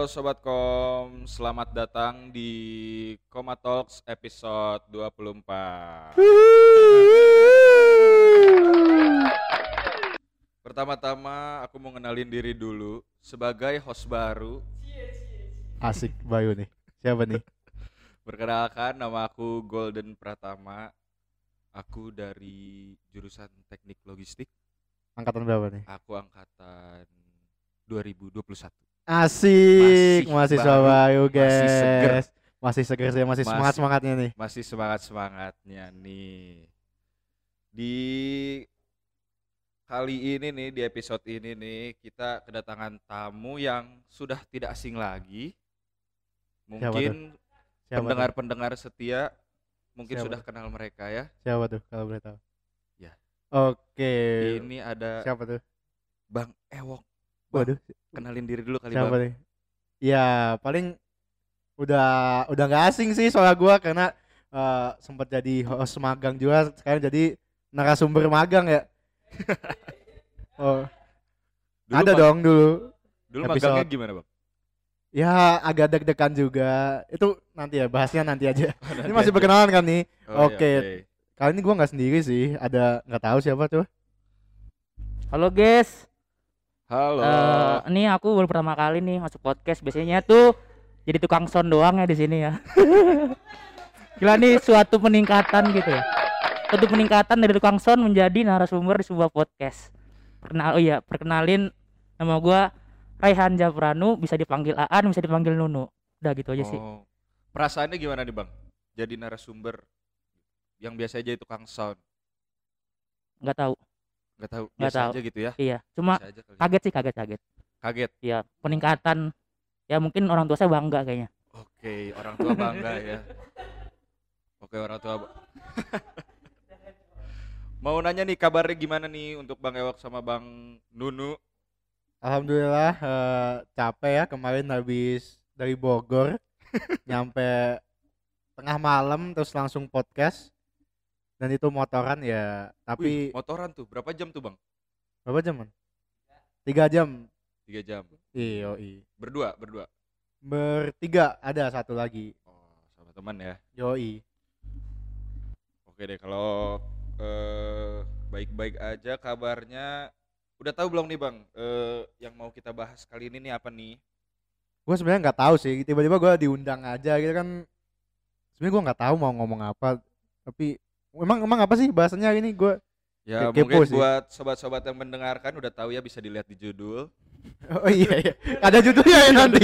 Sobat Kom, selamat datang di Koma Talks episode 24. Pertama-tama aku mau ngenalin diri dulu sebagai host baru. Asik Bayu nih. Siapa nih? Perkenalkan, nama aku Golden Pratama. Aku dari jurusan Teknik Logistik. Angkatan berapa nih? Aku angkatan 2021. Asik, mahasiswa Bayu guys. Masih seger. Masih seger sih, masih semangat-semangatnya nih. Masih semangat-semangatnya nih. Di kali ini nih, di episode ini nih, kita kedatangan tamu yang sudah tidak asing lagi. Mungkin pendengar-pendengar setia mungkin sudah kenal mereka ya. Siapa tuh kalau boleh tahu? Ya. Oke. Ini ada siapa tuh? Bang Ewok. Waduh. Kenalin diri dulu kali siapa Bang. Nih? Ya paling udah nggak asing sih soal gua karena sempat jadi host magang juga, sekarang jadi narasumber magang ya. Oh. Dulu ada dong dulu. Dulu magangnya gimana Bang? Ya agak deg-degan juga. Itu nanti ya, bahasnya nanti aja. Ini masih perkenalan kan nih. Oke. Kali ini gue nggak sendiri sih. Ada nggak tahu siapa tuh. Halo guys. Halo. Ini aku baru pertama kali nih masuk podcast. Biasanya tuh jadi tukang sound doang ya di sini ya. Gila nih suatu peningkatan gitu ya. Suatu peningkatan dari tukang sound menjadi narasumber di sebuah podcast. Perkenalin nama gue Raihan Japranu, bisa dipanggil Aan, bisa dipanggil Nunu. Udah gitu aja sih. Perasaannya gimana nih Bang? Jadi narasumber yang biasa aja tukang sound. Nggak tahu. Biasa aja gitu ya? Iya, cuma kaget sih, kaget. Kaget? Iya, peningkatan. Ya mungkin orang tua saya bangga kayaknya. Oke, orang tua bangga ya. Oke, orang tua Mau nanya nih kabarnya gimana nih untuk Bang Ewok sama Bang Nunu? Alhamdulillah capek ya, kemarin habis dari Bogor nyampe tengah malam terus langsung podcast, dan itu motoran ya. Tapi motoran tuh berapa jam tuh Bang? Berapa jam man? 3 jam. 3 jam. Iya. Berdua? Bertiga, ada satu lagi. Oh, sama teman ya. Yoi. Oke deh, kalau baik-baik aja kabarnya. Udah tahu belum nih Bang, yang mau kita bahas kali ini nih apa nih? Gue sebenarnya nggak tahu sih, tiba-tiba gue diundang aja gitu kan. Sebenarnya gue nggak tahu mau ngomong apa, tapi emang apa sih bahasanya ini gue? Ya mungkin sih. Buat sobat-sobat yang mendengarkan udah tahu ya, bisa dilihat di judul. Oh iya, ada judulnya ya nanti.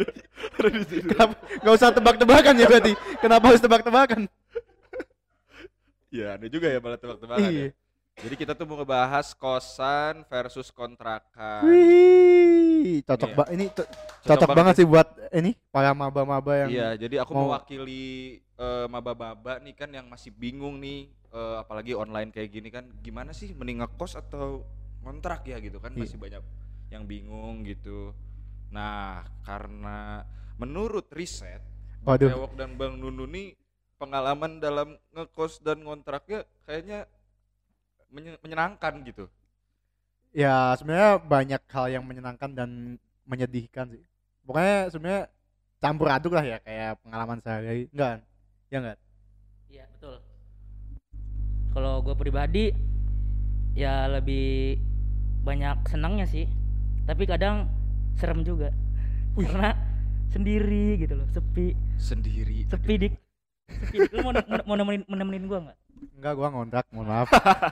Nggak usah tebak-tebakan ya berarti. Kenapa harus tebak-tebakan? Ya ada juga ya malah tebak-tebakan. Iya. Ya. Jadi kita tuh mau ngebahas kosan versus kontrakan. Wih, cocok banget sih buat ini para maba-maba yang. Iya, jadi aku mewakili maba-maba nih kan yang masih bingung nih, apalagi online kayak gini kan, gimana sih mending ngekos atau kontrak ya gitu kan, masih banyak yang bingung gitu. Nah, karena menurut riset Bang Ewok dan Bang Nunu nih pengalaman dalam ngekos dan ngontraknya kayaknya menyenangkan gitu. Ya sebenarnya banyak hal yang menyenangkan dan menyedihkan sih. Pokoknya sebenarnya campur aduk lah ya, kayak pengalaman sehari-hari. Enggak? Iya betul. Kalau gue pribadi ya lebih banyak senangnya sih, tapi kadang serem juga. Karena sendiri gitu loh, sepi. Dik. Lu mau nemenin gue nggak? Enggak, gua ngontrak, mohon maaf.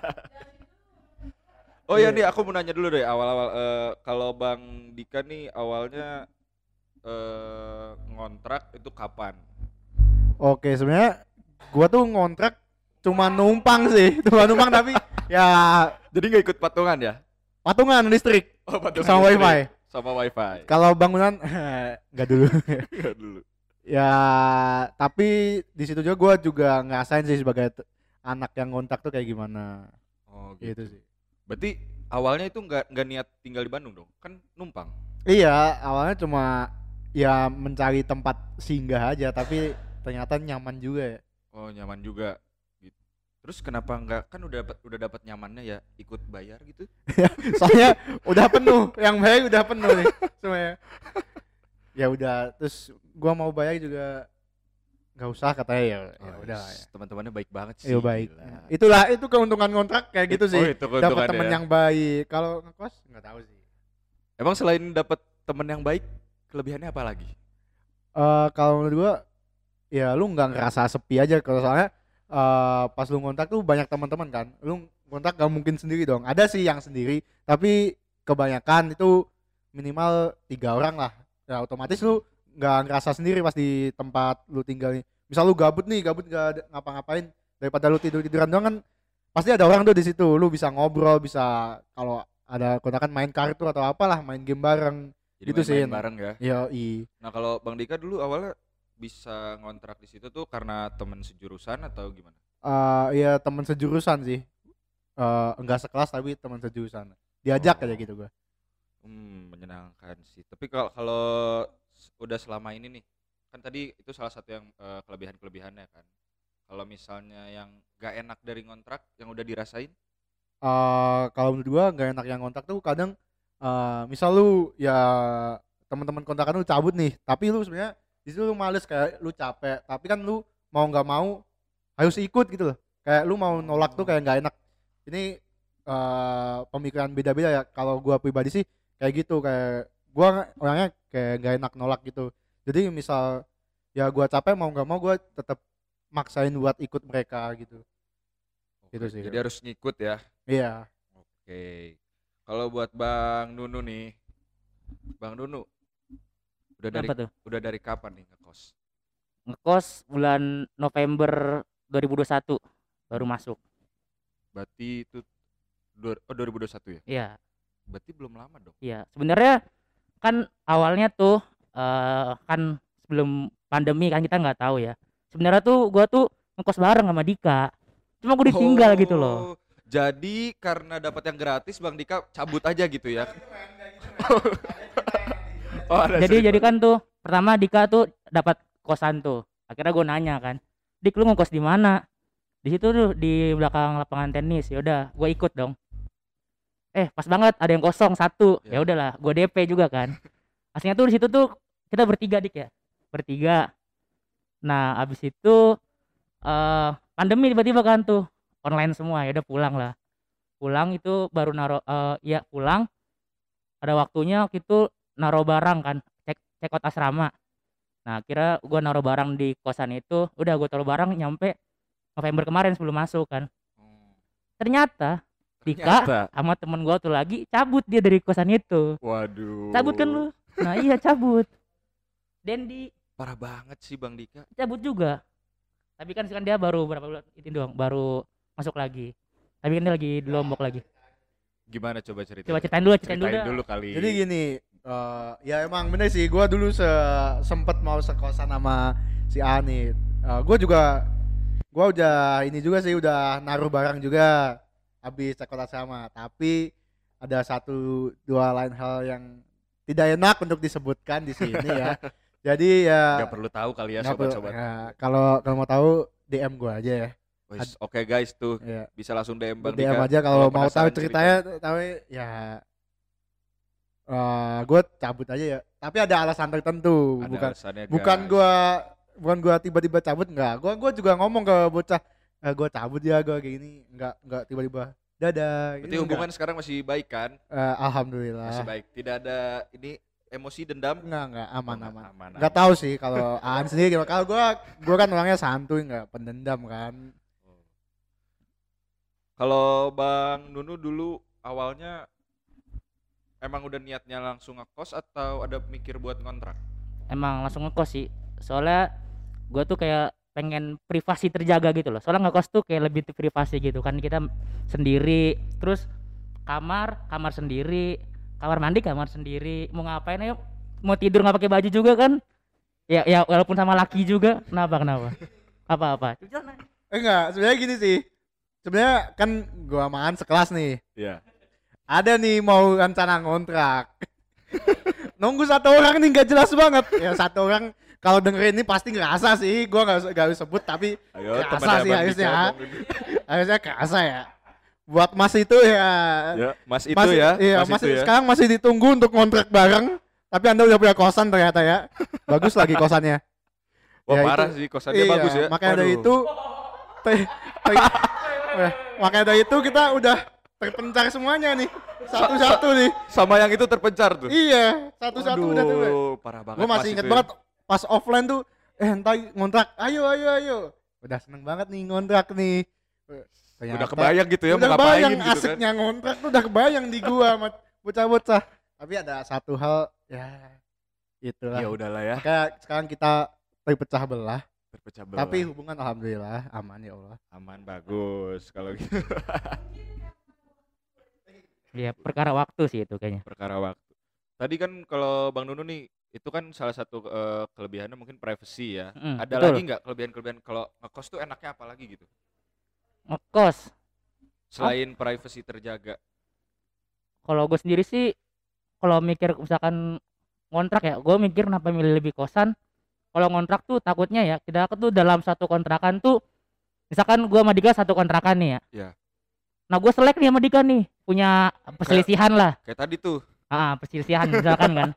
Oh ya nih, aku mau nanya dulu deh awal-awal, kalau Bang Dika nih awalnya ngontrak itu kapan? Oke, sebenarnya gua tuh ngontrak cuma numpang tapi ya jadi nggak ikut patungan ya? Patungan listrik. Oh, patungan sama listrik. Sama wifi. Kalau bangunan nggak dulu. Nggak dulu. Ya, tapi di situ juga gua juga ngerasain sih sebagai anak yang ngontrak tuh kayak gimana. Oh gitu sih. Berarti awalnya itu nggak niat tinggal di Bandung dong? Kan numpang. Iya, awalnya cuma ya mencari tempat singgah aja, tapi ternyata nyaman juga ya. Oh, nyaman juga. Gitu. Terus kenapa nggak, kan udah dapat nyamannya ya, ikut bayar gitu? Soalnya udah penuh, yang bayar udah penuh nih semuanya. ya udah, terus gua mau bayar juga nggak usah katanya, ya udah lah ya. Teman-temannya baik banget sih. Iya baik. Gila. Itu keuntungan kontrak kayak gitu sih. Itu Dapat keuntungannya temen ya. yang baik. Kalau ngekos nggak tahu sih. Emang selain dapat temen yang baik, kelebihannya apa lagi? Kalau menurut gua ya lu nggak ngerasa sepi aja, kalau soalnya pas lu ngontak tuh banyak teman-teman kan. Lu ngontak gak mungkin sendiri dong. Ada sih yang sendiri, tapi kebanyakan itu minimal 3 orang lah. Ya otomatis lu nggak ngerasa sendiri pas di tempat lu tinggal nih. Misal lu gabut gak ngapa-ngapain, daripada lu tiduran doang kan, pasti ada orang tuh di situ. Lu bisa ngobrol, bisa kalau ada kontakan main kartu atau apalah, main game bareng. Jadi Gitu sih. main bareng ya. Yoi. Nah kalau Bang Dika dulu awalnya bisa ngontrak di situ tuh karena temen sejurusan atau gimana? Ya teman sejurusan sih. Enggak sekelas tapi teman sejurusan. Diajak aja gitu gua. Menyenangkan sih. Tapi kalau udah selama ini nih, kan tadi itu salah satu yang kelebihan-kelebihannya kan. Kalau misalnya yang gak enak dari ngontrak yang udah dirasain? Kalau menurut gua gak enak yang kontak tuh kadang misal lu ya teman-teman kontakan lu cabut nih, tapi lu sebenarnya di situ lu males, kayak lu capek, tapi kan lu mau nggak mau harus ikut gitu loh. Kayak lu mau nolak tuh kayak nggak enak. Ini pemikiran beda-beda ya. Kalau gua pribadi sih kayak gitu, kayak gua orangnya kayak nggak enak nolak gitu. Jadi misal ya gua capek mau nggak mau gua tetap maksain buat ikut mereka gitu. Gitu sih. Jadi harus ngikut ya. Iya. Oke. Kalau buat Bang Nunu nih, Bang Nunu udah dari kapan nih ngekos? Ngekos bulan November 2021 baru masuk. Berarti itu 2021 ya? Iya. Berarti belum lama dong. Iya, sebenarnya kan awalnya tuh kan sebelum pandemi kan kita nggak tahu ya. Sebenarnya tuh gua tuh ngekos bareng sama Dika. Cuma gua ditinggal gitu loh. Jadi karena dapat yang gratis Bang Dika cabut aja gitu ya. Jadi kan tuh pertama Dika tuh dapat kosan tuh. Akhirnya gua nanya kan, "Dik, lu ngekos di mana?" Di situ tuh di belakang lapangan tenis. Ya udah, gua ikut dong. Pas banget ada yang kosong satu. Ya udahlah, gua DP juga kan. Aslinya tuh di situ tuh kita bertiga, Dik ya. Bertiga. Nah, abis itu pandemi tiba-tiba kan tuh online semua. Ya udah pulang lah. Pulang itu baru pulang. Ada waktunya waktu itu naro barang kan, cek out asrama. Nah, kira gua naro barang di kosan itu, udah gua taruh barang nyampe November kemarin sebelum masuk kan. Ternyata Dika sama temen gua tuh lagi cabut dia dari kosan itu. Waduh. Cabut kan lu? Nah iya cabut. Dendi parah banget sih Bang Dika. cabut juga. Tapi kan dia baru berapa bulan itu doang, baru masuk lagi. Tapi kan dia lagi di Lombok lagi. Gimana coba cerita? Coba ceritain dulu kali. Jadi gini, ya emang bener sih, gue dulu sempet mau sekosan sama si Ani. Gue udah ini juga sih, udah naruh barang juga habis cekot sama. Tapi ada 1-2 lain hal yang tidak enak untuk disebutkan di sini ya. Jadi ya nggak perlu tahu kali ya sobat-sobat. Ya, kalau mau tahu DM gue aja ya. Oke guys tuh ya. Bisa langsung DM Bang DM Dika. aja kalau mau tahu ceritanya. Tapi ya gue cabut aja ya. Tapi ada alasan tertentu. Bukan gue tiba-tiba cabut, enggak. Gue juga ngomong ke bocah, gue cabut ya, gue kayak gini. Enggak tiba-tiba dadah. Berarti hubungan sekarang masih baik kan? Alhamdulillah. Masih baik. Tidak ada ini emosi dendam? Enggak, aman. Enggak tahu sih kalau Aan sendiri. Kalau gue kan orangnya santuy, enggak pendendam kan. Kalau Bang Nunu dulu awalnya emang udah niatnya langsung ngekos atau ada mikir buat ngontrak? Emang langsung ngekos sih. Soalnya gue tuh kayak pengen privasi terjaga gitu loh. Soalnya ngekos tuh kayak lebih privasi gitu kan, kita sendiri. Terus kamar sendiri, kamar mandi kamar sendiri. Mau ngapain ayo, mau tidur nggak pakai baju juga kan? Ya walaupun sama laki juga. Kenapa? Apa? Enggak, sebenarnya gini sih. Sebenarnya kan gua sama sekelas nih. Iya. Ada nih mau rencana ngontrak. Nunggu 1 orang nih nggak jelas banget. Ya 1 orang kalau dengerin ini pasti ngerasa sih. Gua nggak harus sebut tapi kerasa sih harusnya. Harusnya kerasa ya. Buat Mas itu ya. Mas itu ya. Iya, Mas itu ya. Sekarang masih ditunggu untuk ngontrak bareng. Tapi Anda udah punya kosan ternyata ya. Bagus lagi kosannya. Wah Ya, parah itu- sih kosannya iya, bagus ya. Makanya dari Waduh. itu makanya dari itu kita udah terpencar semuanya nih. Satu-satu nih. Sama yang itu terpencar tuh. Iya, satu-satu udah tuh. Waduh, parah banget. Gue masih inget itu ya. banget pas offline tuh entar ngontrak. Ayo. Udah seneng banget nih ngontrak nih. Ternyata Udah kebayang gitu ya mau udah ngapain kebayang gitu kan. asiknya ngontrak tuh udah kebayang di gua sama bocah-bocah. Tapi ada satu hal ya itulah. Ya udahlah ya, Makanya sekarang kita terpecah belah. terpecah belah. Tapi hubungan alhamdulillah aman ya Allah. aman bagus kalau gitu. Ya perkara waktu sih itu kayaknya. Perkara waktu. Tadi kan kalau Bang Nunu nih itu kan salah satu kelebihannya mungkin privacy ya. Ada Betul. lagi nggak kelebihan-kelebihan kalau ngekos tuh enaknya apa lagi gitu? Ngekos. Selain privacy terjaga. Kalau gue sendiri sih kalau mikir misalkan ngontrak ya, gue mikir kenapa milih lebih kosan. Kalau ngontrak tuh takutnya ya kita tuh dalam satu kontrakan tuh, misalkan gue sama Dika satu kontrakan nih ya. Iya. Nah gue selek nih sama Dika nih, punya perselisihan lah. Kayak tadi tuh. Perselisihan misalkan kan.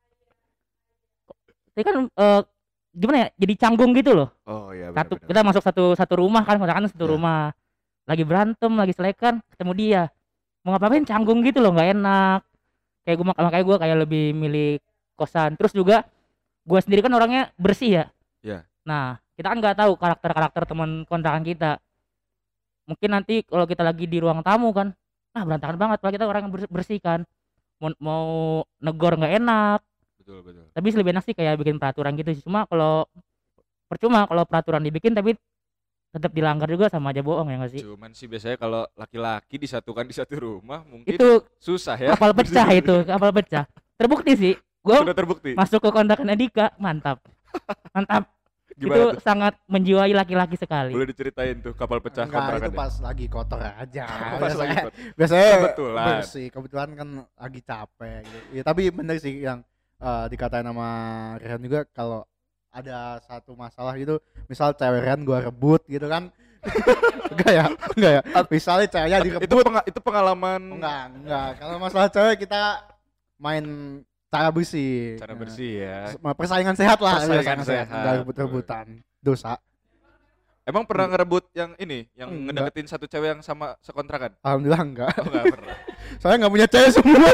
Tapi kan gimana ya, jadi canggung gitu loh. Oh iya Kita masuk satu rumah kan, kontrakan satu Iya. rumah. Lagi berantem, lagi selekan, ketemu dia. Mau ngapain canggung gitu loh, nggak enak. Makanya gue kayak lebih milih kosan. Terus juga gue sendiri kan orangnya bersih ya. Iya. Nah kita kan nggak tahu karakter teman kontrakan kita. Mungkin nanti kalau kita lagi di ruang tamu kan, nah berantakan banget. Kalau kita orang yang bersih kan, mau negor nggak enak. Betul. Tapi lebih enak sih kayak bikin peraturan gitu sih. Percuma kalau peraturan dibikin tapi tetap dilanggar juga, sama aja bohong ya nggak sih? Cuman sih biasanya kalau laki-laki disatukan di satu rumah mungkin Itu susah ya. kapal pecah itu, kapal pecah. Terbukti sih. Gue Sudah terbukti. masuk ke kontrakan Dika, mantap. Gimana Itu tuh? sangat menjiwai laki-laki sekali. Boleh diceritain tuh kapal pecah Enggak, itu kontrakannya. pas lagi kotor aja. Pas lagi Biasanya- kot- biasanya Kebetulan. bersih, kebetulan kan lagi capek gitu. Ya, tapi bener sih yang dikatain sama Rehan juga, kalau ada satu masalah gitu, misal cewek Rehan gua rebut gitu kan. enggak ya. Misalnya ceweknya direbut. Itu pengalaman Enggak. Kalau masalah cewek kita main cara bersih. cara Nah, bersih ya. persaingan sehat lah. Persaingan sehat. Enggak rebut-rebutan. Dosa. Emang pernah ngerebut yang ini, yang Enggak. ngedeketin satu cewek yang sama sekontrakan? Alhamdulillah enggak. Oh enggak pernah. Saya nggak punya cewek semua.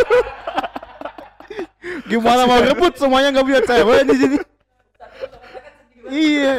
Gimana mau rebut, semuanya nggak punya cewek di sini. Iya.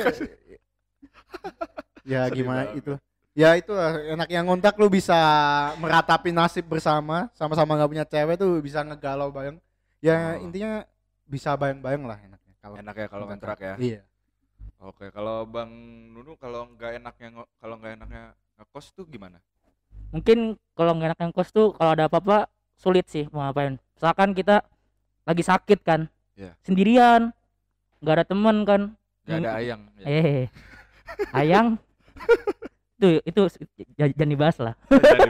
Ya Sedih gimana banget. itu. Ya itulah enaknya ngontak, lu bisa meratapi nasib bersama, sama-sama nggak punya cewek tuh bisa ngegalau bareng. Ya Oh. intinya bisa bareng-bareng lah enaknya kalau Enak ya kalau kontrak ya. Iya. Oke, kalau Bang Nunu kalau nggak enaknya ngekos tuh gimana? Mungkin kalau nggak enak yang kos tuh kalau ada apa-apa sulit sih mau ngapain. Misalkan kita lagi sakit kan, Iya. sendirian, nggak ada temen kan. Gak ada ayang. Ya. Ayang. itu jangan dibahas lah. Jadi,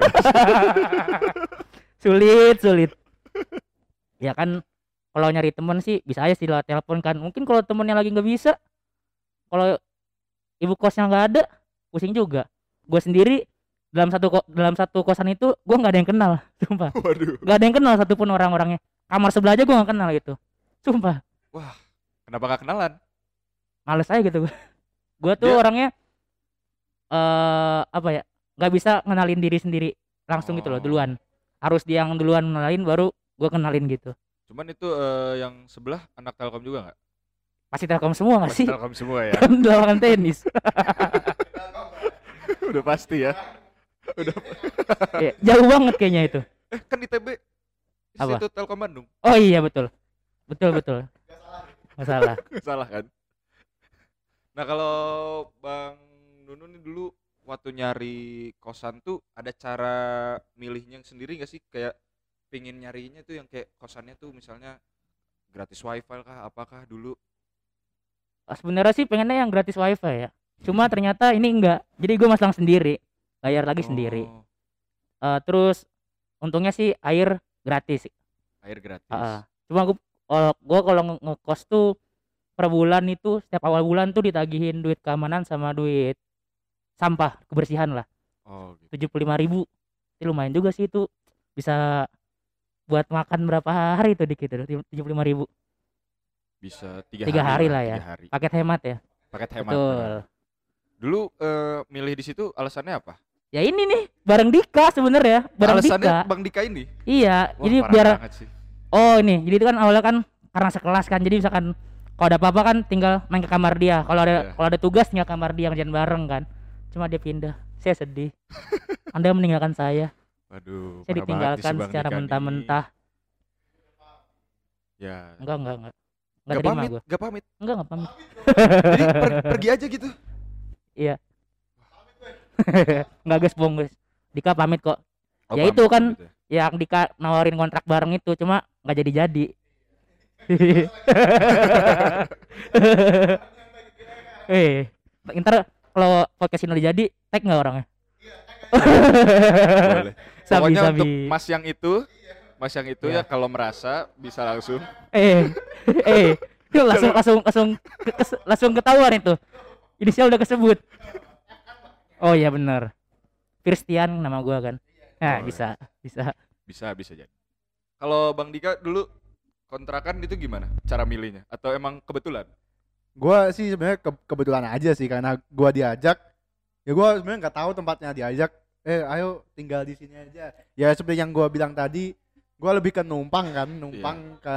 Sulit. Ya kan kalau nyari temen sih bisa aja sih lewat telepon kan. Mungkin kalau temennya lagi nggak bisa, kalau ibu kosnya nggak ada, pusing juga. Gue sendiri dalam satu kosan itu gue nggak ada yang kenal, sumpah. Waduh. Nggak ada yang kenal satupun orang-orangnya. Kamar sebelah aja gue nggak kenal gitu, sumpah. Kenapa gak kenalan? Males aja gitu. Gue tuh Dia- orangnya apa ya, nggak bisa ngenalin diri sendiri langsung gitu loh, Oh. duluan. Harus dia yang duluan ngenalin baru gue kenalin gitu. Cuman itu yang sebelah anak Telkom juga nggak? Pasti Telkom semua nggak Pasti sih? Telkom semua ya. Kan lapangan tenis. Udah pasti ya. Ya, jauh banget kayaknya itu. Kan di TB Apa? Institut Telkom Bandung. Oh iya betul. Betul. Nggak salah. Salah kan? Nah kalau Bang Nunu nih dulu waktu nyari kosan tuh ada cara milihnya sendiri gak sih? Kayak pingin nyarinya tuh yang kayak kosannya tuh misalnya gratis wifi kah apakah dulu? Sebenarnya sih pengennya yang gratis wifi ya. Cuma ternyata ini enggak. Jadi gue masang sendiri, bayar lagi sendiri. Oh, Terus untungnya sih air gratis. air gratis. Cuma gue kalau ngekos tuh per bulan itu setiap awal bulan tuh ditagihin duit keamanan sama duit sampah kebersihan lah, Oh gitu. 75.000. Itu lumayan juga sih, itu bisa buat makan berapa hari tuh dikit tuh 75.000 Bisa 3 hari lah ya. 3 hari. Paket hemat ya. Paket hemat. Betul. benar. Dulu milih di situ alasannya apa? Ya ini nih bareng Dika sebenarnya, bareng Alasannya Dika. Bang Dika ini. Iya, Wah, jadi parah biar banget sih. oh ini, jadi itu kan awalnya kan karena sekelas kan, jadi misalkan kalau ada apa-apa kan tinggal main ke kamar dia. Iya. Kalau ada tugas tinggal kamar dia ngerjain bareng kan. Cuma dia pindah. Saya sedih. Anda meninggalkan saya. Waduh, Saya parah banget ditinggalkan sih Bang secara Dika nih. mentah-mentah. Ya. Enggak. Enggak Gak terima pamit, gua. gak pamit. Enggak pamit. Jadi pergi aja gitu. Iya. Enggak guys, bohong guys. Dika pamit kok. Oh, Ya pamit, itu kan pamit ya. yang Dika nawarin kontrak bareng itu, cuma nggak jadi. Ntar kalau podcast ini udah jadi, tag nggak orangnya? Boleh. Pokoknya Sabi. untuk Mas yang itu ya kalau merasa bisa langsung. Itu langsung ketahuan itu. Inisial udah kesebut. Oh iya benar. Firstian nama gua kan. Nah, Oh, bisa. Bisa jadi. Kalau Bang Dika dulu kontrakan itu gimana cara milihnya? Atau emang kebetulan? Gua sih sebenarnya kebetulan aja sih, karena gua diajak. Ya gua sebenarnya nggak tahu tempatnya, diajak. Ayo tinggal di sini aja. Ya seperti yang gua bilang tadi, gua lebih ke numpang kan, ke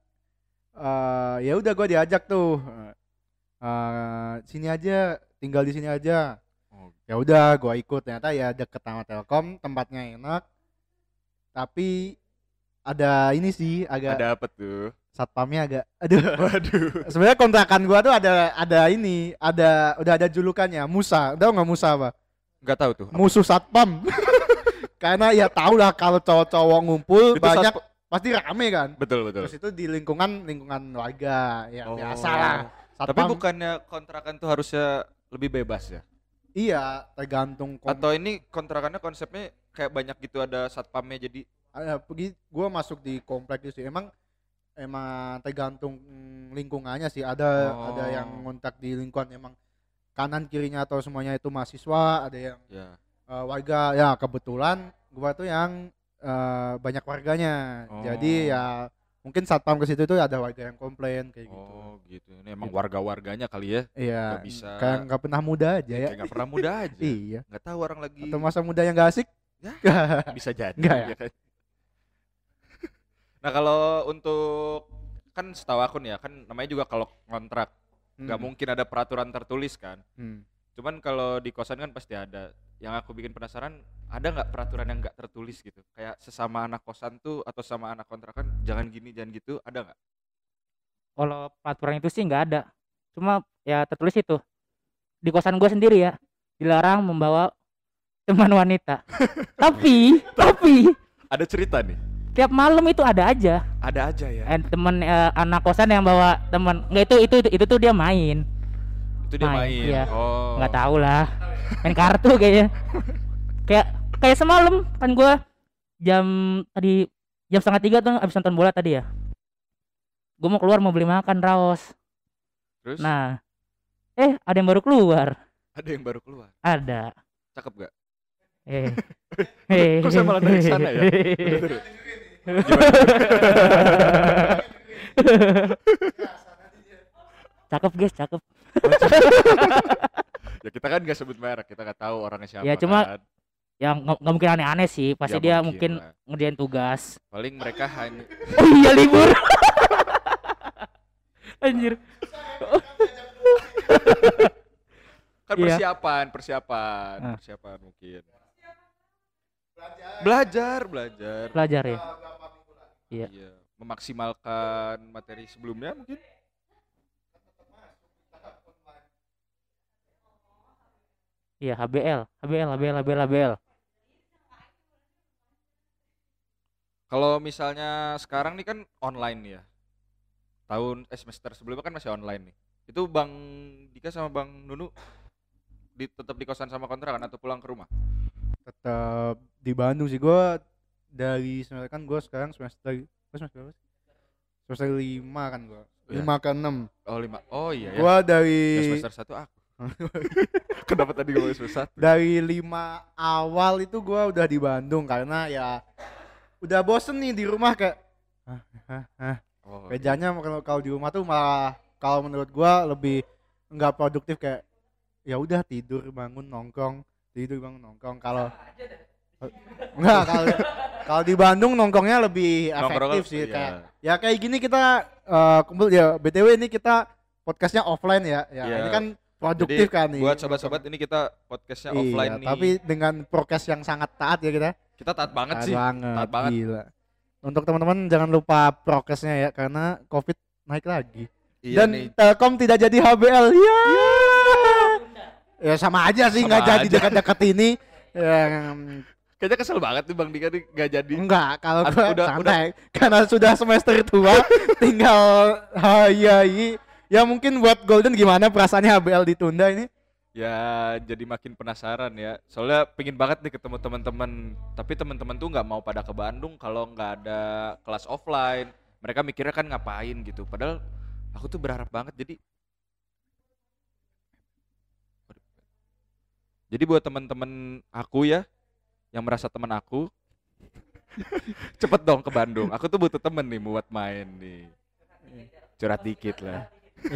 ya udah gua diajak tuh. Sini aja, tinggal di sini aja. Oh, Ya udah gua ikut, ternyata ya deket sama Telkom, tempatnya enak. Tapi ada ini sih, agak ada apa tuh? satpamnya agak aduh. Waduh. Sebenarnya kontrakan gua tuh ada ini, udah ada julukannya, Musa. Tahu nggak Musa apa? Nggak tahu tuh. Musuh satpam. Karena ya tau lah kalau cowok-cowok ngumpul Itu banyak pasti rame kan. Betul. Terus itu di lingkungan warga, ya Oh. biasa lah. Tapi Satpam, bukannya kontrakan tuh harusnya lebih bebas ya? iya, tergantung Atau ini kontrakannya konsepnya kayak banyak gitu ada satpamnya jadi pergi gua masuk di komplek itu sih. Emang tergantung lingkungannya sih. Ada yang ngontak di lingkungan emang kanan kirinya atau semuanya itu mahasiswa, ada yang ya. warga. Ya kebetulan gua tuh yang banyak warganya. Jadi ya mungkin satpam ke situ tuh ada warga yang komplain kayak gitu. Oh gitu. Ini emang Gitu. warga-warganya kali ya. Iya, Nggak bisa. kayak nggak pernah muda aja ya. Kayak nggak pernah muda aja. Iya. Nggak tahu orang lagi Atau masa muda yang gak asik? Ya, bisa jadi. Nggak ya? kan? Nah kalau untuk kan setahu aku nih ya kan namanya juga kalau kontrak nggak mungkin ada peraturan tertulis kan. Cuman kalau di kosan kan pasti ada. Yang aku bikin penasaran, ada nggak peraturan yang nggak tertulis gitu? Kayak sesama anak kosan tuh atau sama anak kontrakan jangan gini jangan gitu, ada nggak? Kalau peraturan itu sih nggak ada. Cuma ya tertulis itu di kosan gua sendiri ya, dilarang membawa teman wanita. tapi Ada cerita nih? tiap malam itu ada aja. Ada aja ya. Temen anak kosan yang bawa teman. Nggak, itu tuh dia main. Itu dia main. Iya. Oh. Nggak tahu lah. Main kartu kayaknya. kayak semalam kan gua jam 2:30 tuh abis nonton bola tadi ya. Gua mau keluar mau beli makan raos. Terus? Nah, ada yang baru keluar. Ada yang baru keluar. Ada. Cakep gak? Kok saya malah dari sana ya? Bener. Cakep guys, cakep. Ya kita kan gak sebut merek, kita gak tahu orangnya siapa. Ya, cuma kan. Yang nggak mungkin aneh-aneh sih, pasti Ya, dia mungkin lah. ngerjain tugas. Paling mereka hanya Oh iya libur. Anjir. kan Iya. persiapan mungkin. Belajar. Pelajar ya. Iya. Iya, memaksimalkan materi sebelumnya mungkin. Iya, HBL. Kalau misalnya sekarang nih kan online ya. Semester sebelumnya kan masih online nih. Itu Bang Dika sama Bang Nunu tetap di kosan sama kontrakan atau pulang ke rumah? Tetap di Bandung sih. Gue dari semester kan gue sekarang semester berapa sih? Semester 5 kan gue. Iya. 5 ke 6. Oh 5. Oh iya ya. Gue dari Semester 1 aku. Kenapa tadi ngomong semester 1? dari 5 awal itu gue udah di Bandung karena ya udah bosen nih di rumah kayak hah. Oh, Bedanya kalau di rumah tuh malah kalau menurut gua lebih nggak produktif kayak ya udah tidur bangun nongkrong kalau enggak kalau di Bandung nongkrongnya lebih efektif sih iya. kayak ya kayak gini kita kumpul ya BTW ini kita podcastnya offline ya Iya. ini kan produktif Jadi, kan nih buat sobat-sobat ini kita podcastnya iya, offline nih. tapi dengan prokes yang sangat taat ya Kita taat banget taat sih. banget, Taat banget. gila. Untuk teman-teman jangan lupa prokesnya ya karena COVID naik lagi. Iya Dan nih. Telkom tidak jadi HBL. Ya. Ya sama aja sih Sama nggak jadi aja. dekat-dekat ini. Ya, Kayaknya kesel banget nih Bang Dika nih nggak jadi. enggak kalau Ad- gua udah- santai karena sudah semester tua tinggal hayai. Ya mungkin buat Golden gimana perasaannya HBL ditunda ini? Ya jadi makin penasaran ya. Soalnya pingin banget nih ketemu teman-teman. Tapi teman-teman tuh nggak mau pada ke Bandung kalau nggak ada kelas offline. Mereka mikirnya kan ngapain gitu. Padahal aku tuh berharap banget. Jadi buat teman-teman aku ya yang merasa teman aku, cepet dong ke Bandung. Aku tuh butuh temen nih buat main nih. Curhat dikit lah.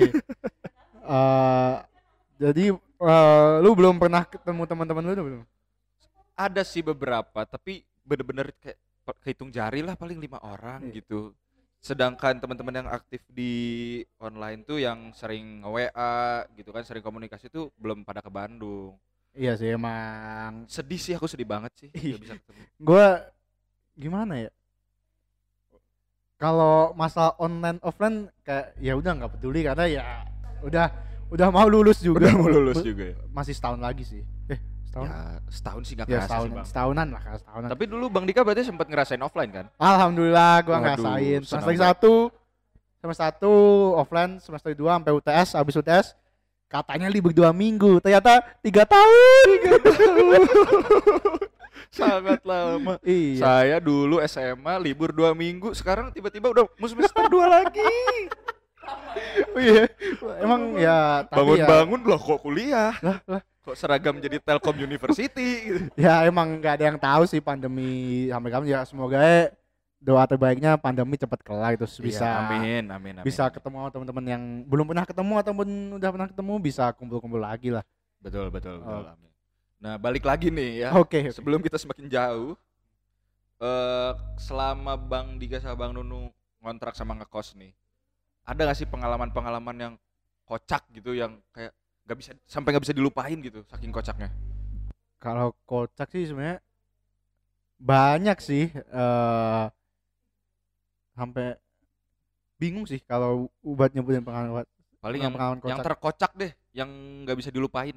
Jadi lu belum pernah ketemu teman-teman lu tuh belum? Ada sih beberapa, tapi bener-bener kayak kehitung jari lah paling 5 orang gitu. Sedangkan teman-teman yang aktif di online tuh yang sering WA gitu kan, sering komunikasi tuh belum pada ke Bandung. Iya sih emang Sedih sih, aku sedih banget sih nggak bisa ketemu. gue gimana ya? Kalau masalah online offline kayak ya udah nggak peduli karena ya udah mau lulus juga. Udah mau lulus juga ya. Masih setahun lagi sih. Setahun? Ya setahun sih nggak Ya kerasa setahun, sih Bang. setahunan lah kan setahunan. Tapi dulu Bang Dika berarti sempat ngerasain offline kan? Alhamdulillah gua Waduh, ngerasain senang semester 1 offline, semester 2 sampai UTS, habis UTS katanya libur 2 minggu, ternyata 3 tahun. Sangat lama. Iya. Saya dulu SMA libur 2 minggu, sekarang tiba-tiba udah mau semester 2 lagi. Iya. Emang ya tapi ya, Bangun-bangun loh kok kuliah. lah. Kok seragam jadi Telkom University gitu. Ya emang nggak ada yang tahu sih pandemi sampai kapan ya semoga doa terbaiknya pandemi cepat kelar terus bisa Iya, amin. bisa ketemu sama teman-teman yang belum pernah ketemu ataupun udah pernah ketemu bisa kumpul-kumpul lagi lah. Betul, Oh. amin. Nah, balik lagi nih ya. Oke. Sebelum kita semakin jauh, selama Bang Dika sama Bang Nunu ngontrak sama ngekos nih, ada gak sih pengalaman-pengalaman yang kocak gitu yang kayak nggak bisa dilupain gitu saking kocaknya? Kalau kocak sih sebenarnya banyak sih sampai bingung sih kalau buat nyebutin pengalaman Paling pengalaman yang kocak. terkocak deh, yang nggak bisa dilupain.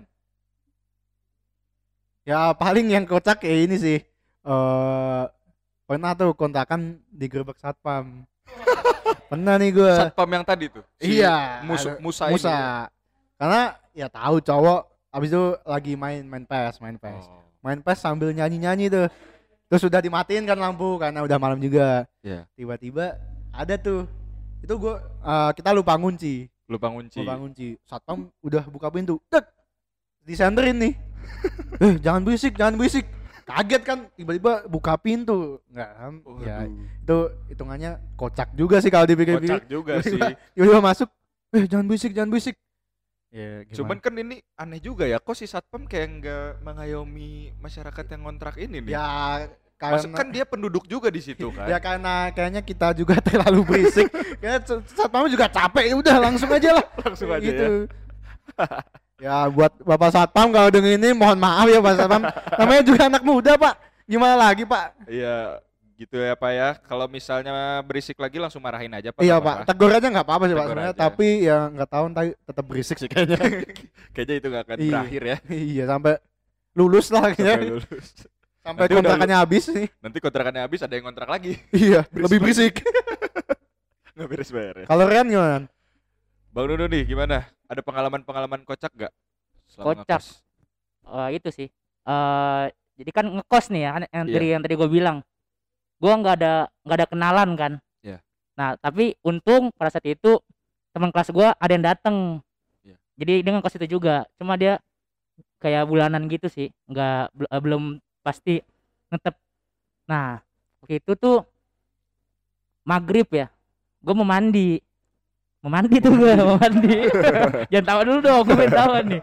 Ya paling yang kocak kayak ini sih pernah tuh kontrakan digerebek satpam. Pernah nih gue. Satpam yang tadi tuh. Si Iya, Musa ini. Karena ya tahu cowok abis itu lagi main PES. Oh, Main PES sambil nyanyi tuh. Terus sudah dimatiin kan lampu karena udah malam juga. iya. Tiba-tiba ada tuh. Itu kita lupa ngunci. Lupa ngunci. Satpam udah buka pintu. Tek. Disenterin nih. Jangan berisik. Kaget kan tiba-tiba buka pintu. Enggak kan? Ya itu hitungannya kocak juga sih kalau dipikir-pikir. Kocak juga sih. Tiba-tiba masuk. Jangan berisik. Ya, gimana? Cuman kan ini aneh juga ya, kok si Satpam kayak nggak mengayomi masyarakat yang ngontrak ini nih. ya Maksud karena kan dia penduduk juga di situ kan. ya karena kayaknya kita juga terlalu berisik. Kayaknya satpam juga capek, ya udah langsung aja lah. Langsung aja gitu. Ya buat Bapak Satpam kalau denger ini mohon maaf ya Pak Satpam. Namanya juga anak muda Pak. Gimana lagi Pak? Iya, gitu ya Pak ya. Kalau misalnya berisik lagi langsung marahin aja Pak. Iya nggak Pak, apa-apa. tegur aja nggak apa-apa sih Pak Tegur sebenarnya. aja. Tapi ya nggak tahu ntar tetap berisik sih kayaknya. Kayaknya itu nggak akan Iya. berakhir ya. Iya sampai lulus lah Sampai kayaknya. lulus. Sampai Nanti udah kontrakannya habis nih. Nanti kontrakannya habis ada yang kontrak lagi. Iya, lebih berisik. Nggak beres-beres. Kalau Rian gimana? Bang Nuno nih gimana? Ada pengalaman-pengalaman kocak nggak? selama Kocak. ngekos? Itu sih. Jadi kan ngekos nih ya kan Iya. yang tadi gue bilang. Gua nggak ada kenalan kan. Iya. Nah, tapi untung pada saat itu teman kelas gua ada yang dateng. Iya. Jadi dia ngekos itu juga. Cuma dia kayak bulanan gitu sih. Belum pasti ngetep. Nah, waktu itu tuh maghrib ya, gue mau mandi tuh gue mau mandi. Jangan tawa dulu dong, gue pengen tawa nih.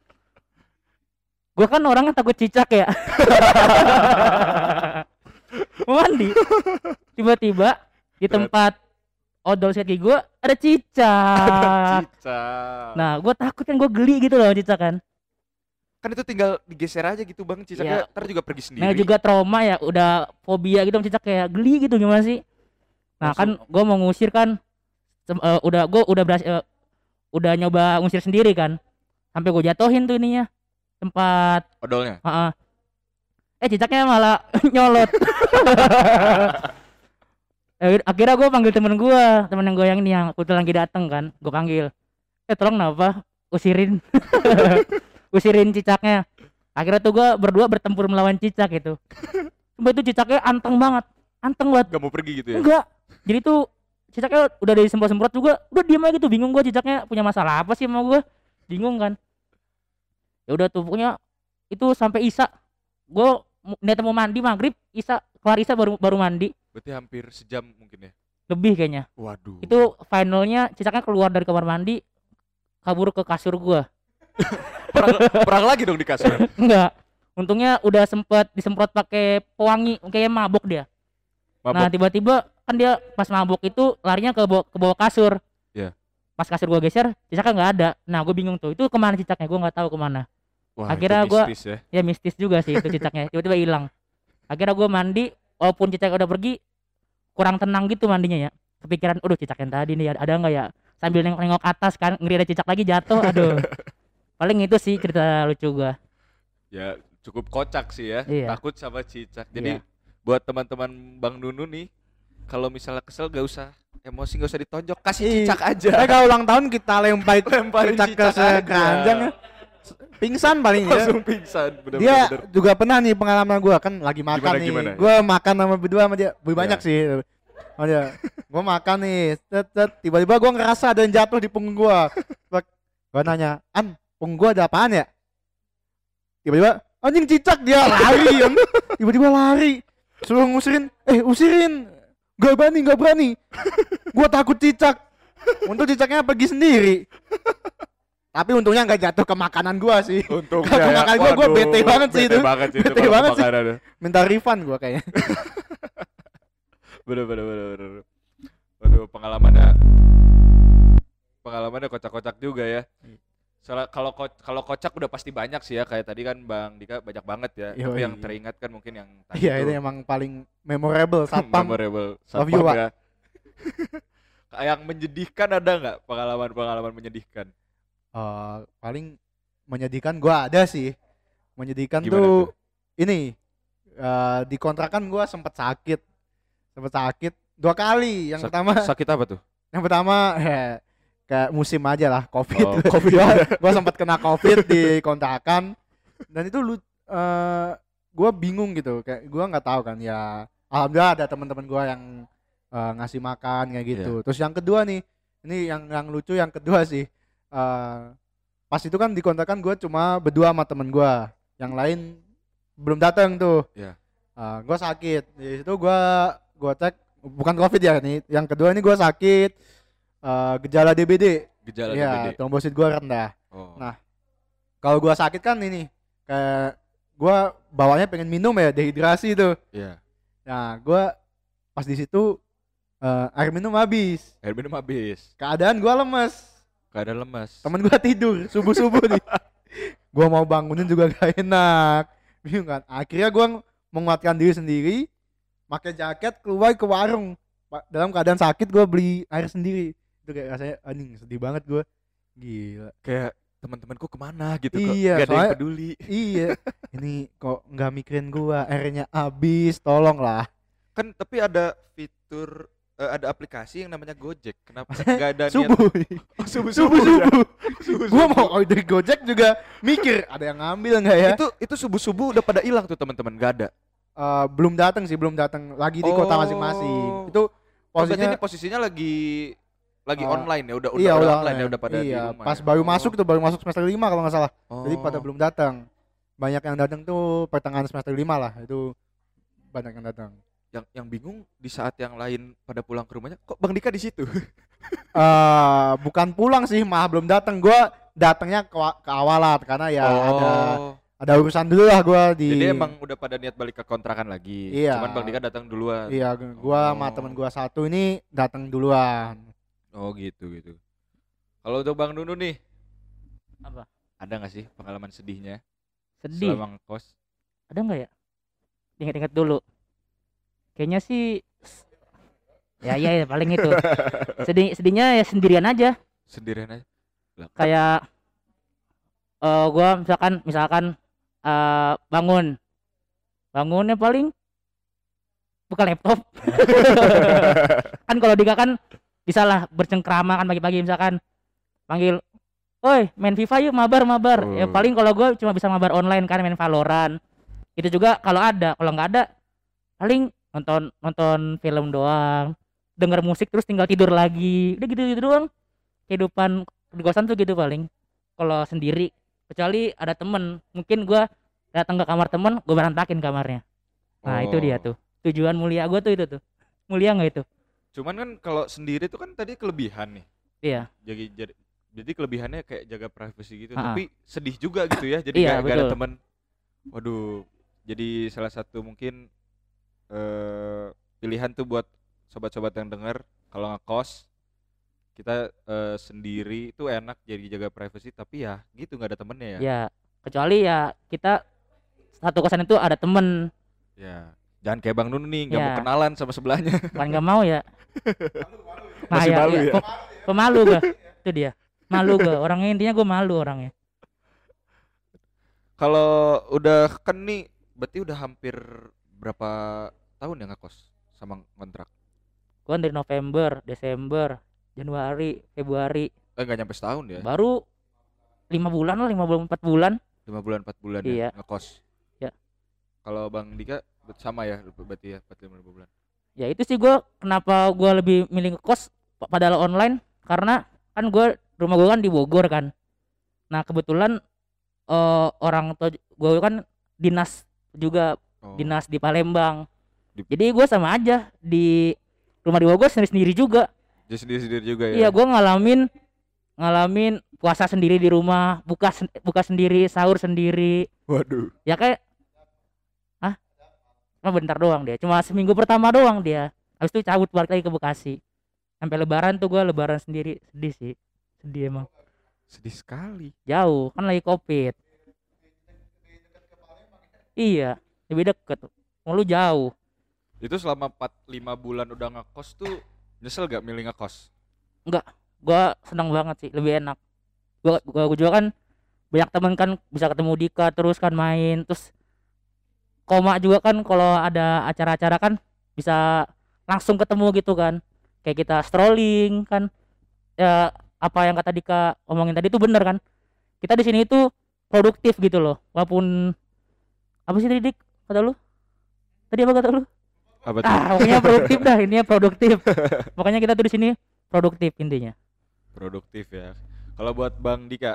Gue kan orangnya takut cicak ya. Mau mandi, tiba-tiba di tempat odol sikat gigi gue ada cicak. Nah gue takut kan, gue geli gitu loh cicak kan. Kan itu tinggal digeser aja gitu bang, cicaknya ntar juga pergi sendiri. Nah juga trauma ya, udah fobia gitu sama cicak, kayak geli gitu gimana sih. Nah kan gue mau ngusir kan, udah nyoba ngusir sendiri kan, sampai gue jatuhin tuh ininya tempat odolnya. Cicaknya malah nyolot. Akhirnya gue panggil temen gue yang ini yang kebetulan lagi dateng kan, gue panggil, tolong kenapa usirin usirin cicaknya. Akhirnya tuh gue berdua bertempur melawan cicak itu. Sumpah itu cicaknya anteng banget. Gak mau pergi gitu ya? Enggak. Jadi tuh cicaknya udah disemprot juga, udah diem aja gitu, bingung gue cicaknya punya masalah apa sih sama gue, bingung kan. Ya udah tuh pokoknya itu sampai Isya, gue niat mau mandi maghrib, kelar Isya baru mandi. Berarti hampir sejam mungkin ya? Lebih kayaknya. Waduh. Itu finalnya cicaknya keluar dari kamar mandi, kabur ke kasur gue. perang lagi dong di kasur? Enggak, untungnya udah sempet disemprot pakai pewangi, kayak mabok dia. Nah tiba-tiba kan dia pas mabok itu larinya ke bawah kasur. Iya. Pas kasur gue geser, cicaknya nggak ada. Nah gue bingung tuh, itu kemana cicaknya, gue nggak tahu kemana. Wah, akhirnya gue ya mistis juga sih itu cicaknya, tiba-tiba hilang. Akhirnya gue mandi, walaupun cicaknya udah pergi, kurang tenang gitu mandinya ya. Kepikiran, cicak yang tadi nih ada nggak ya? Sambil nengok atas kan, ngeri ada cicak lagi jatuh, aduh. Paling itu sih cerita lucu gue. Ya cukup kocak sih ya, iya. Takut sama cicak. Jadi buat teman-teman Bang Nunu nih, kalau misalnya kesel gak usah emosi, gak usah ditonjok, kasih cicak aja. Kalau ulang tahun kita lemparin cicak ke keranjang ya. Pingsan paling ya. Langsung pingsan. Dia juga pernah nih pengalaman gue kan lagi makan gimana? Gue makan sama berdua sama dia, lebih banyak sih. Oh dia, gue makan nih, tiba-tiba gue ngerasa ada yang jatuh di punggung gue. Gue nanya, punggung gue ada apaan ya? Tiba-tiba anjing cicak, dia lari. Tiba-tiba lari, suruh ngusirin, usirin. Gak berani. Gue takut cicak. Untuk cicaknya pergi sendiri. Tapi untungnya nggak jatuh ke makanan gua sih. Untungnya ke makanan gua bete banget sih itu. Bete banget sih. Minta refund gua kayaknya. Bener. Waduh, pengalamannya kocak-kocak juga ya. Soalnya kalau kocak udah pasti banyak sih ya, kayak tadi kan Bang Dika banyak banget ya. Tapi yang teringat kan mungkin yang tadi. Iya, itu emang paling memorable satpam. Satpam ya. Yang menyedihkan ada nggak pengalaman menyedihkan? Paling menyedihkan gua ada sih. Menyedihkan gimana tuh ini di kontrakan gua sempat sakit 2 kali. Yang pertama sakit apa tuh? Yang pertama kayak musim aja lah, COVID. Gua sempat kena COVID di kontrakan, dan itu gua bingung gitu, kayak gua nggak tahu kan ya. Alhamdulillah ada teman-teman gua yang ngasih makan kayak gitu. Yeah. Terus yang kedua nih, ini yang lucu yang kedua sih. Pas itu kan di kontrakan gue cuma berdua sama temen gue, yang lain belum datang tuh. Yeah. Gue sakit di situ, gue cek bukan COVID ya nih. Yang kedua ini gue sakit gejala DBD. DBD. Trombosit gue rendah. Nah kalau gue sakit kan ini kayak gue bawanya pengen minum ya, dehidrasi tuh. Yeah. Nah gue pas di situ air minum habis. Keadaan gue lemes. Temen gue tidur subuh nih. Gue mau bangunin juga gak enak, bingung kan. Akhirnya gue menguatkan diri sendiri, pakai jaket, keluar ke warung. Dalam keadaan sakit gue beli air sendiri. Itu kayak rasanya anjing, sedih banget gue. Gila. Kayak teman-temanku kemana gitu, iya, kok gak ada yang peduli. Iya. Ini kok nggak mikirin gue, airnya habis, tolong lah. Kan tapi ada fitur, ada aplikasi yang namanya Gojek. Kenapa nggak ada subuh? Subuh. Gua mau order Gojek juga mikir ada yang ngambil nggak ya? Itu subuh udah pada hilang tuh teman-teman, nggak ada. Belum datang lagi di kota masing-masing. Itu posisinya lagi online ya, udah online ya, udah pada di rumah. Pas baru masuk semester 5 kalau nggak salah. Jadi pada belum datang. Banyak yang datang tuh pertengahan semester 5 lah, itu banyak yang datang. yang bingung di saat yang lain pada pulang ke rumahnya, kok Bang Dika di situ? Bukan pulang sih, malah belum datang. Gua datangnya ke awalan karena ya ada urusan dulu lah gua di. Jadi emang udah pada niat balik ke kontrakan lagi. Iya. Cuman Bang Dika datang duluan. Iya, gua sama temen gua satu ini datang duluan. Oh gitu. Kalau untuk Bang Nunu nih, Apa? ada nggak sih pengalaman sedihnya Sedih. selama ngekos? Ada nggak ya? Ingat-ingat dulu. Kayaknya sih ya paling itu. Sedihnya ya sendirian aja. Sendirian aja. Lah, Kayak gua misalkan bangunnya paling buka laptop. Kan kalau Dika kan bisa lah bercengkrama kan pagi-pagi, misalkan panggil, "Oi, main FIFA yuk, mabar." Ya paling kalau gua cuma bisa mabar online kan, main Valorant. Itu juga kalau nggak ada paling nonton film doang, denger musik terus tinggal tidur lagi. Udah gitu doang. Kehidupan di kosan tuh gitu paling. Kalau sendiri, kecuali ada temen, mungkin gua datang ke kamar temen, gua berantakin kamarnya. Nah, itu dia tuh. Tujuan mulia gua tuh itu tuh. Mulia nggak itu? Cuman kan kalau sendiri tuh kan tadi kelebihan nih. Iya. Jadi kelebihannya kayak jaga privasi gitu, Ha-ha. tapi sedih juga gitu ya. Jadi Iya, gak ada betul. teman. Waduh, jadi salah satu mungkin pilihan tuh buat sobat-sobat yang denger, kalau ngekos kita sendiri itu enak, jadi jaga privasi, tapi ya gitu nggak ada temennya ya. Ya, kecuali ya kita satu kosan itu ada temen. Ya, jangan kayak Bang Nun nih, nggak Ya. mau kenalan sama sebelahnya. Bukan nggak mau ya. Masih malu ya? Pemalu gua. Itu dia. Malu gua. Orangnya intinya gua malu orangnya. Kalau udah kan nih, berarti udah hampir berapa tahun ya ngekos sama ngontrak? Gua dari November, Desember, Januari, Februari, Nggak nyampe setahun ya? baru 5 bulan lah, 4 bulan. 5 bulan 4 bulan Iya. ya ngekos. Ya. Kalau Bang Dika sama ya berarti ya 4-5 bulan. Ya itu sih gua kenapa gua lebih milih ngekos padahal online, karena kan rumah gua kan di Bogor kan. Nah, kebetulan orang tua gua kan dinas juga, dinas di Palembang. Jadi gue sama aja di rumah di Bogor sendiri juga. Jadi sendiri-sendiri juga ya. Iya, gue ngalamin puasa sendiri di rumah, buka sendiri, sahur sendiri. Waduh. Ya kayak bentar doang dia. Cuma seminggu pertama doang dia. Habis itu cabut balik lagi ke Bekasi. Sampai lebaran tuh gue lebaran sendiri. Sedih sih. Sedih emang. Sedih sekali. Jauh, kan lagi Covid. Iya, lebih deket. Mau lu jauh. Itu selama 4-5 bulan udah ngekos tuh nyesel gak milih ngekos? Enggak, gua senang banget sih, lebih enak. Gua juga kan banyak temen kan, bisa ketemu Dika terus kan main, terus Koma juga kan kalau ada acara-acara kan bisa langsung ketemu gitu kan. Kayak kita strolling kan. Ya apa yang kata Dika omongin tadi tuh bener kan. Kita di sini itu produktif gitu loh. Walaupun apa sih tadi Dik kata lu? Tadi apa kata lu? Apa tuh? Pokoknya produktif dah, ini produktif. Makanya kita tuh di sini produktif intinya. Produktif ya. Kalau buat Bang Dika,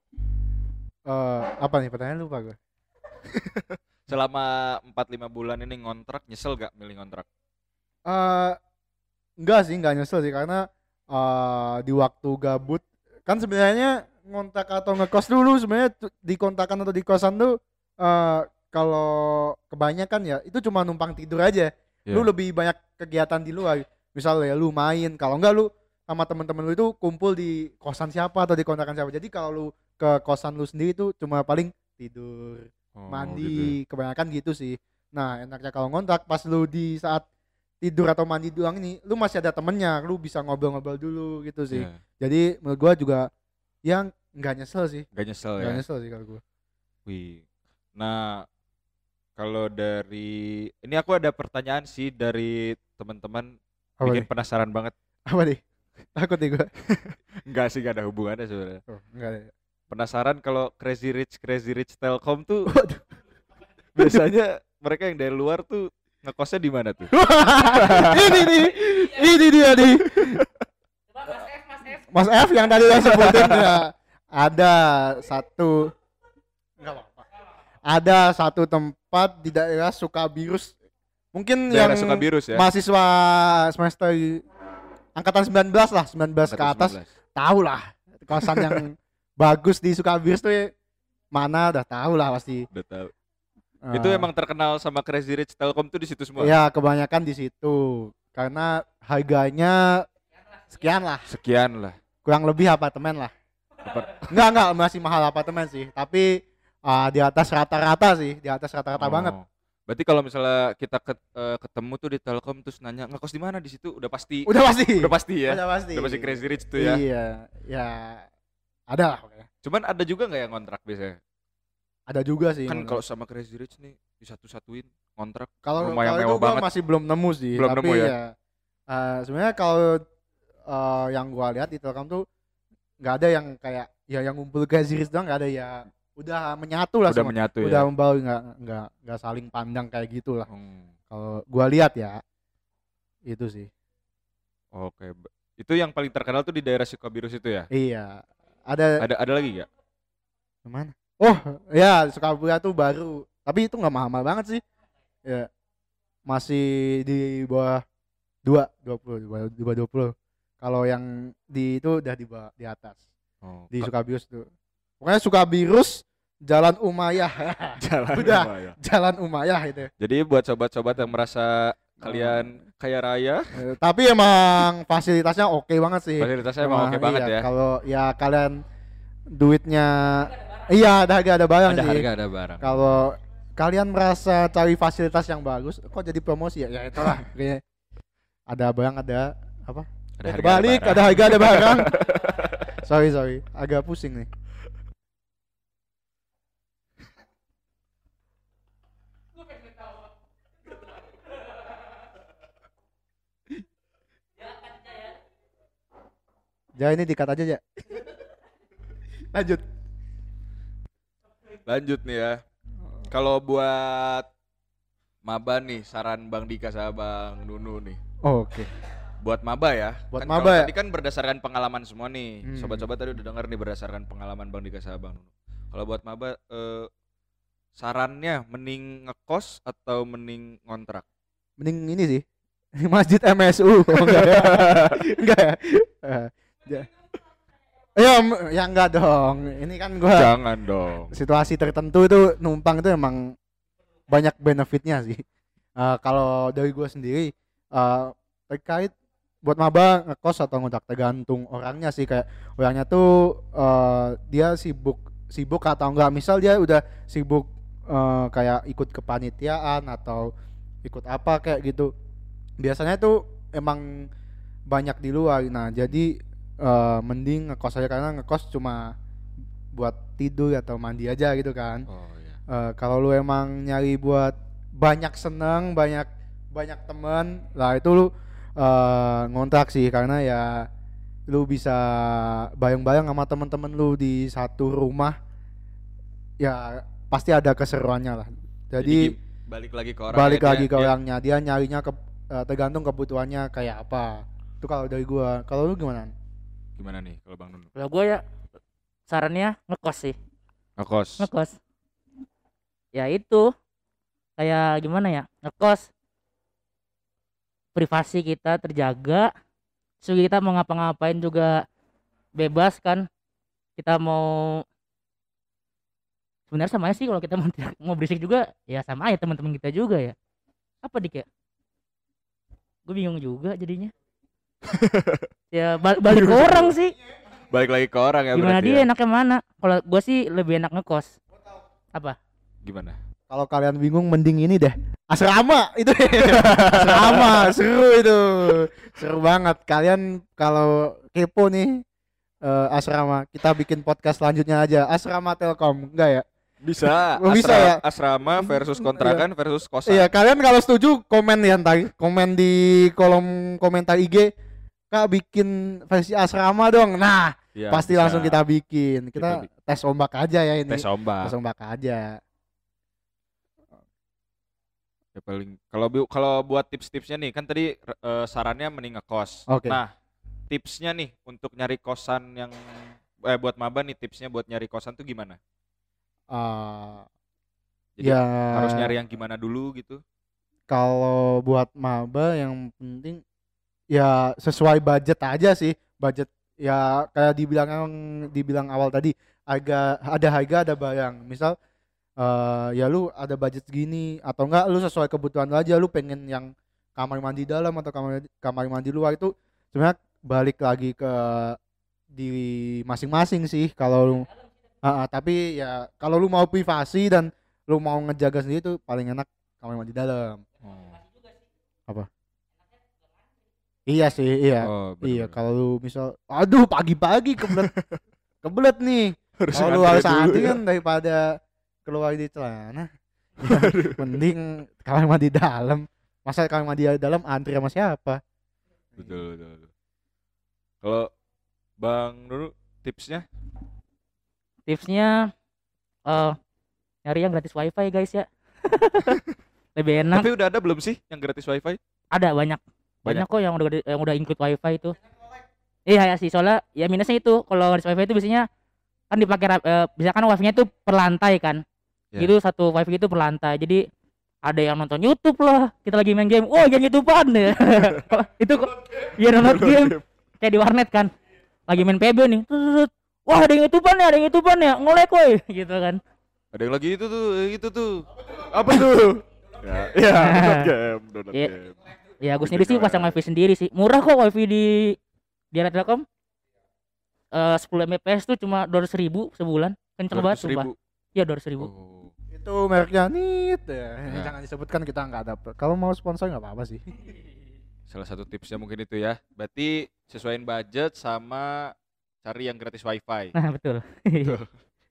Apa nih pertanyaan, lupa gue. selama 4-5 bulan ini ngontrak, nyesel gak milih ngontrak? Enggak sih, enggak nyesel sih, karena di waktu gabut kan sebenarnya ngontak atau ngekos dulu sebenarnya di kontrakan atau di kosan tuh kalau kebanyakan ya itu cuma numpang tidur aja. Lu lebih banyak kegiatan di luar. Misalnya lu main, kalau enggak lu sama temen-temen lu itu kumpul di kosan siapa atau di kontrakan siapa. Jadi kalau lu ke kosan lu sendiri tuh cuma paling tidur, mandi, gitu. kebanyakan gitu sih. Nah, enaknya kalau ngontrak pas lu di saat tidur atau mandi doang ini, lu masih ada temennya, lu bisa ngobrol-ngobrol dulu gitu sih. Yeah. Jadi menurut gua juga yang nggak nyesel sih. Gak nyesel Nggak ya? nyesel sih kalau gua. Wih. Nah, kalau dari ini aku ada pertanyaan sih dari teman-teman, Apa bikin nih? penasaran banget. Apa nih? Takut nih gua. Enggak sih, gak ada hubungannya sebenarnya. Oh, enggak ada. Penasaran kalau Crazy Rich Telkom tuh biasanya mereka yang dari luar tuh ngekosnya di mana tuh? ini dia nih. Mas F yang tadi lo sebutin ya. Ada satu, enggak apa-apa. Ada satu tempat di daerah Sukabirus, Mungkin Daerah yang Sukabirus ya. mahasiswa semester angkatan 19 lah, 19 ke atas 19. tahu lah kosan yang bagus di Sukabirus tuh mana, udah tahu lah pasti. Udah tahu. Eh, Itu emang terkenal sama Crazy Rich Telkom tuh di situ semua. ya kebanyakan di situ karena harganya sekian lah, Sekian lah. kurang lebih apartemen lah. Enggak masih mahal apartemen sih, tapi di atas rata-rata sih, di atas rata-rata banget. Berarti kalau misalnya kita ketemu tuh di Telkom terus nanya ngekos di mana, di situ udah pasti. Udah pasti. Udah pasti ya. Udah pasti. Udah pasti Crazy Rich tuh ya. Iya, ya ada lah pokoknya. Cuman ada juga nggak yang kontrak biasanya? Ada juga sih. Kan kalau sama Crazy Rich nih disatu-satuin kontrak kalau rumah yang itu mewah gua banget. masih belum nemu sih, Belum tapi nemu ya? sebenarnya kalau yang gua lihat di Telkom tuh nggak ada yang kayak ya yang ngumpul ke Ziris doang, nggak ada ya, udah menyatu lah Udah semua. menyatu Udah ya. membaur, nggak saling pandang kayak gitulah. Hmm, Kalau gua lihat ya itu sih. Oke. Itu yang paling terkenal tuh di daerah Sukabirus itu ya? Iya. Ada Ada lagi nggak? mana? Oh, ya Sukabumi tuh baru. Tapi itu nggak mahal-mahal banget sih. Ya, masih di bawah 20. Di bawah 20. Kalau yang di itu udah di atas. Oh, Di Sukabirus tuh. Pokoknya Sukabirus Jalan Umayyah. jalan Udah. rumah ya. Jalan Umayyah itu. Jadi buat sobat-sobat yang merasa kalian kaya raya, Tapi emang fasilitasnya oke banget sih. fasilitasnya emang oke banget iya, ya. Kalau ya kalian duitnya iya, ada harga ada barang Ada sih. harga ada barang. Kalau kalian merasa cari fasilitas yang bagus, kok jadi promosi ya? Ya itulah. Kayaknya ada barang, ada apa? Ada harga Kebalik, barang. ada harga ada barang. sorry, agak pusing nih. Ya ini dikat aja ya. Lanjut. Lanjut nih ya. Kalau buat maba nih, saran Bang Dika sama Bang Nunu nih. Oh, oke. Buat maba ya. Buat Kan maba kalau ya? Tadi kan berdasarkan pengalaman semua nih. Hmm. Sobat-sobat tadi udah denger nih berdasarkan pengalaman Bang Dika sama Bang Nunu. Kalau buat maba sarannya mending ngekos atau mending ngontrak? Mending ini sih. Masjid MSU. Oh, enggak ya? Enggak ya? Ya enggak dong. Ini kan gua Jangan dong. situasi tertentu itu numpang itu emang banyak benefitnya sih. Kalau dari gua sendiri terkait buat maba ngekos atau ngontrak tergantung orangnya sih, kayak orangnya tuh dia sibuk atau enggak. Misal dia udah sibuk kayak ikut kepanitiaan atau ikut apa kayak gitu. Biasanya tuh emang banyak di luar. Nah, jadi mending ngekos aja karena ngekos cuma buat tidur atau mandi aja gitu kan. Oh iya. Kalau lu emang nyari buat banyak seneng, banyak teman, lah itu lu ngontrak sih, karena ya lu bisa bareng-bareng sama teman-teman lu di satu rumah. Ya pasti ada keseruannya lah. Jadi balik lagi ke orang. balik lagi ke orangnya, dia nyarinya tergantung kebutuhannya kayak apa. Itu kalau dari gua. Kalau lu gimana? Gimana nih kalau Bang Nunu? Kalau gue ya sarannya ngekos sih. Ngekos. Ya itu kayak gimana ya? Ngekos privasi kita terjaga. So kita mau ngapa-ngapain juga bebas kan. Kita mau sebenarnya sama aja sih, kalau kita mau berisik juga ya sama aja teman-teman kita juga ya. Apa dik ya? Gue bingung juga jadinya. Ya balik ke orang sih. Balik lagi ke orang ya. Gimana berarti dia ya? enaknya mana? Kalau gue sih lebih enak ngekos. Apa? Gimana? Kalau kalian bingung mending ini deh. Asrama itu. Asrama seru itu. Seru banget. Kalian kalau kepo nih asrama, kita bikin podcast selanjutnya aja. Asrama Telkom, enggak ya? Bisa. Oh, bisa ya? Asrama versus kontrakan versus kosan. Iya, kalian kalau setuju komen ya ntar. Komen di kolom komentar IG. Kak bikin versi asrama dong. Nah, Iya, pasti bisa. langsung kita bikin. Kita tes ombak aja ya ini. tes ombak. Tes ombak aja. Ya paling kalau buat tips-tipsnya nih, kan tadi sarannya mending ngekos. Oke. Nah, tipsnya nih untuk nyari kosan yang buat maba nih, tipsnya buat nyari kosan tuh gimana? Jadi Ya harus nyari yang gimana dulu gitu? kalau buat maba yang penting ya sesuai budget aja sih. Budget ya kayak dibilang awal tadi, harga ada barang. Misal ya lu ada budget segini atau enggak lu sesuai kebutuhan lu aja, lu pengen yang kamar mandi dalam atau kamar mandi luar, itu sebenarnya balik lagi ke di masing-masing sih. Kalau lu tapi ya kalau lu mau privasi dan lu mau ngejaga sendiri tuh paling enak kamar mandi dalam. Apa? Iya sih, iya. Oh, Iya, bener-bener. kalau lu misal aduh pagi-pagi kebelet kebelet nih. Harus Kalau lu ngantri harus dulu antri ya. kan daripada keluar di celana. Ya, mending kamar mandi dalam. Masa kamar mandi dalam antri sama siapa? Betul. Kalau Bang Nunu tipsnya? Tipsnya nyari yang gratis wifi guys ya. Lebih enak. Tapi udah ada belum sih yang gratis wifi? Ada banyak kok yang udah include wifi itu. Iya ya sih, soalnya ya minusnya itu kalau gratis wifi itu biasanya kan dipakai misalkan wifi-nya itu per lantai kan. Ya. Itu satu wifi itu per lantai. Jadi ada yang nonton YouTube lah, kita lagi main game. Oh, yang YouTubean ya. Itu kok ya download game kayak di warnet kan. Lagi main PB nih. Wah, ada yang YouTubean ya. Ngelek woi gitu kan. Ada yang lagi itu tuh. Apa tuh? Ya, download Iya. game. Ya, gue sendiri sih pasang wifi sendiri sih. Murah kok wifi di Telkom. 10 Mbps tuh cuma 200.000 sebulan. Kenceng banget sumpah. 200.000. Iya, 200.000. Oh. Itu mereknya Nit ya. Ya. Jangan disebutkan, kita nggak dapet. Kalau mau sponsor nggak apa-apa sih. Salah satu tipsnya mungkin itu ya. Berarti sesuaiin budget sama cari yang gratis wifi. Nah, betul. Betul.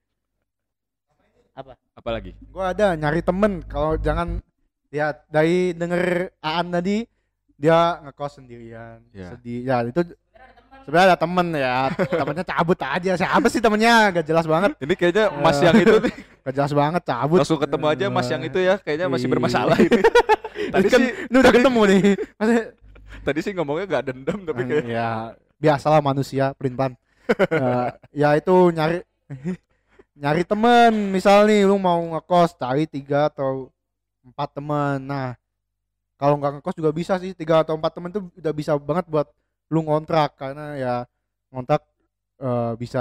Apa? Apalagi? Gua ada nyari temen. Kalau jangan ya dari denger Aan tadi dia ngekos sendirian, Ya. sedih. Ya itu sebenarnya ada temen ya. Temennya cabut aja. Siapa sih temennya? Gak jelas banget. Ini kayaknya Mas yang itu nih Gak jelas banget cabut. langsung ketemu aja Mas yang itu ya. Kayaknya masih Iya. bermasalah ini. Tadi Kan sih ini udah ketemu nih. Masih tadi sih ngomongnya gak dendam tapi kayak ya biasalah manusia pelin-pelan. Ya itu nyari temen. Misal nih lu mau ngekos, cari 3 atau 4 temen. Nah kalau nggak ngekos juga bisa sih, 3 atau 4 temen tuh udah bisa banget buat lu ngontrak. Karena ya ngontrak bisa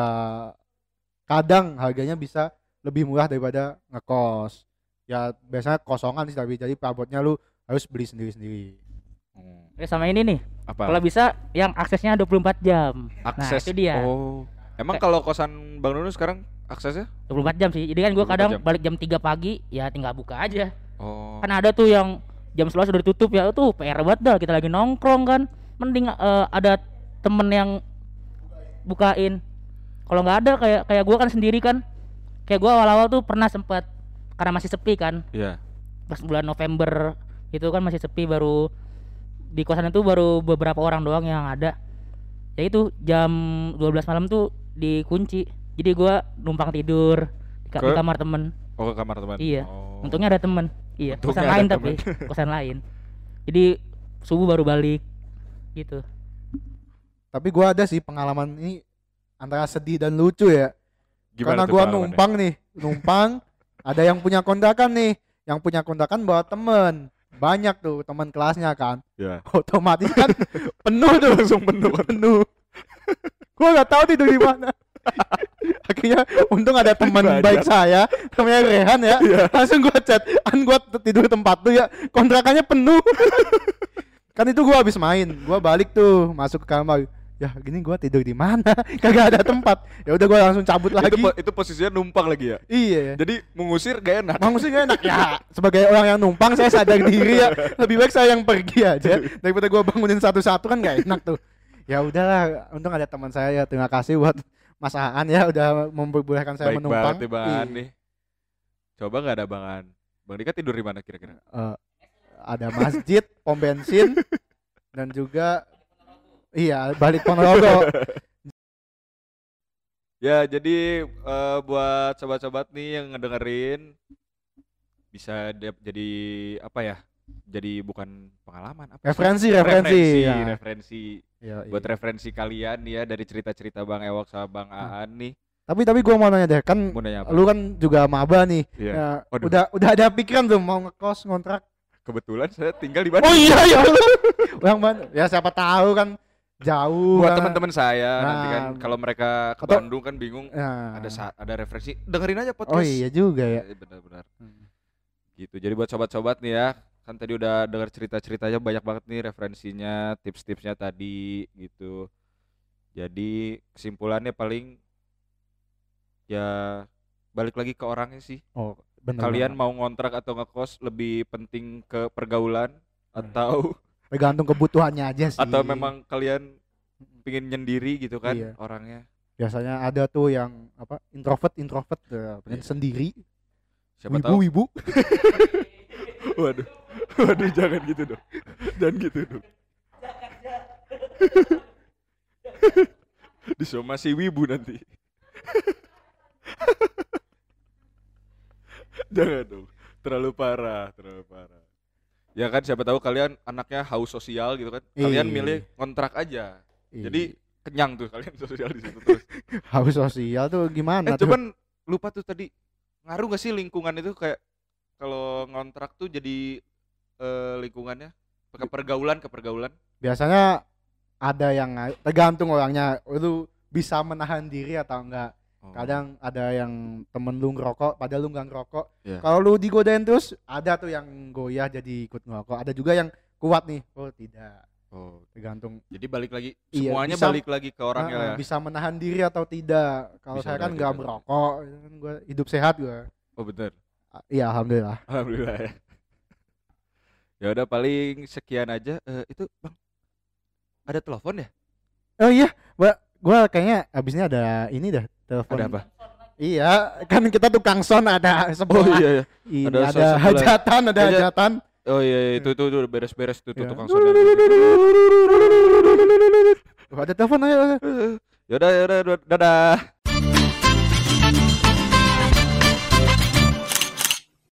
kadang harganya bisa lebih murah daripada ngekos. Ya biasanya kosongan sih, tapi jadi perabotnya lu harus beli sendiri-sendiri. Sama ini nih. apa? Kalau bisa yang aksesnya 24 jam. Akses. Nah, itu dia. Oh. Emang kalau kosan Bang Nunu sekarang aksesnya? 24 jam sih. Jadi kan gua 24 kadang jam. balik jam 3 pagi ya tinggal buka aja. Oh. Kan ada tuh yang jam 11 sudah ditutup ya. Itu PR banget dah, kita lagi nongkrong kan. Mending ada temen yang bukain. Kalau nggak ada kayak gua kan sendiri kan. Kayak gua awal-awal tuh pernah sempat karena masih sepi kan. Iya. Pas bulan November itu kan masih sepi, baru di kosan itu baru beberapa orang doang yang ada. Ya itu jam 12 malam tuh dikunci. Jadi gua numpang tidur di Ke? kamar temen. Oh, ke kamar teman. Iya. Oh. Untungnya ada temen. Iya, Untungnya kosan ada lain temen. tapi kosan lain. Jadi subuh baru balik gitu. Tapi gua ada sih pengalaman ini antara sedih dan lucu ya. Gimana Karena tuh gua pengalamannya? numpang ada yang punya kontrakan nih, yang punya kontrakan bawa temen, banyak tuh teman kelasnya kan. Iya. Otomatis kan penuh tuh, langsung penuh. Gua nggak tahu tidur di mana. Akhirnya untung ada teman Banyak. baik saya, namanya Rehan ya. Langsung gua chat, gua tidur tempat tuh ya, kontrakannya penuh. Kan itu gua habis main, gua balik tuh masuk ke kamar. Ya gini gua tidur di mana? Kagak ada tempat. Ya udah gua langsung cabut lagi. Itu posisinya numpang lagi ya. Iya. Jadi mengusir gak enak. Maksudnya gak enak ya. Sebagai orang yang numpang saya sadar diri ya. Lebih baik saya yang pergi aja daripada gua bangunin satu-satu, kan gak enak tuh. Ya udahlah, untung ada teman saya ya. Terima kasih buat Mas Aan ya udah memperbolehkan saya Baik menumpang. banget nih Bang Aan Iya. nih. Coba gak ada Bang Aan. Bang Dika tidur di mana kira-kira? Ada masjid, pom bensin, dan juga iya balik Ponorogo. Ya jadi buat sobat-sobat nih yang ngedengerin bisa jadi apa ya? Jadi bukan pengalaman apa? Referensi. Ya. Referensi. Iya, Buat iya. referensi kalian ya dari cerita-cerita Bang Ewok sama Bang Aan nih. Tapi gua mau nanya deh, kan Mau nanya apa? lu kan juga maba nih. Iya. Ya, Waduh. udah ada pikiran tuh mau ngekos, ngontrak? Kebetulan saya tinggal di Bandung. Oh iya ya Allah. Yang mana? Ya siapa tahu kan jauh. Buat kan. teman-teman saya nanti kan Nah. kalau mereka ke Atau- Bandung kan bingung Nah. ada referensi, dengerin aja podcast. Oh iya juga ya. Benar-benar. Gitu. Jadi buat sobat-sobat nih ya, kan tadi udah dengar cerita-ceritanya banyak banget nih referensinya, tips-tipsnya tadi gitu. Jadi kesimpulannya paling ya balik lagi ke orangnya sih. Oh benar. Kalian mau ngontrak atau ngekos lebih penting ke pergaulan atau tergantung kebutuhannya aja sih. atau memang kalian pingin nyendiri gitu kan Iya. orangnya. Biasanya ada tuh yang apa introvert pengen Iya. sendiri. Siapa tahu. Wibu. Waduh. Waduh jangan gitu dong. Jangan gitu dong. Disomasi wibu nanti. Jangan dong. Terlalu parah. Ya kan siapa tahu kalian anaknya haus sosial gitu kan. Kalian Iya. milih kontrak aja. Iya. Jadi kenyang tuh kalian sosial di situ terus. haus sosial tuh gimana tuh? Cuman lupa tuh tadi, ngaruh gak sih lingkungan itu kayak kalau ngontrak tuh jadi lingkungannya ke pergaulan? Biasanya ada yang tergantung orangnya lu bisa menahan diri atau enggak. Kadang ada yang temen lu ngerokok padahal lu enggak ngerokok. Iya. Kalau lu digodain terus ada tuh yang goyah jadi ikut ngerokok. Ada juga yang kuat nih. Oh tidak. Tergantung. Jadi balik lagi Iya, semuanya bisa- balik lagi ke orangnya lah ya. Bisa menahan diri atau tidak. Kalau Bisa saya kan menahan enggak diri. merokok, kan gua hidup sehat gua. Oh bener. Iya alhamdulillah. Alhamdulillah ya. Ya udah paling sekian aja. Itu Bang, ada telepon ya? Oh iya, gua kayaknya abisnya ada ini dah telepon. Ada apa? Iya, kan kita tukang son ada sebelah. Oh iya. Ini Ada ada, sebelah. hajatan, ada Hajat. hajatan. Oh iya itu udah beres-beres tuh Iya. tukang soda. Ada telepon ayo. Yaudah, dadah.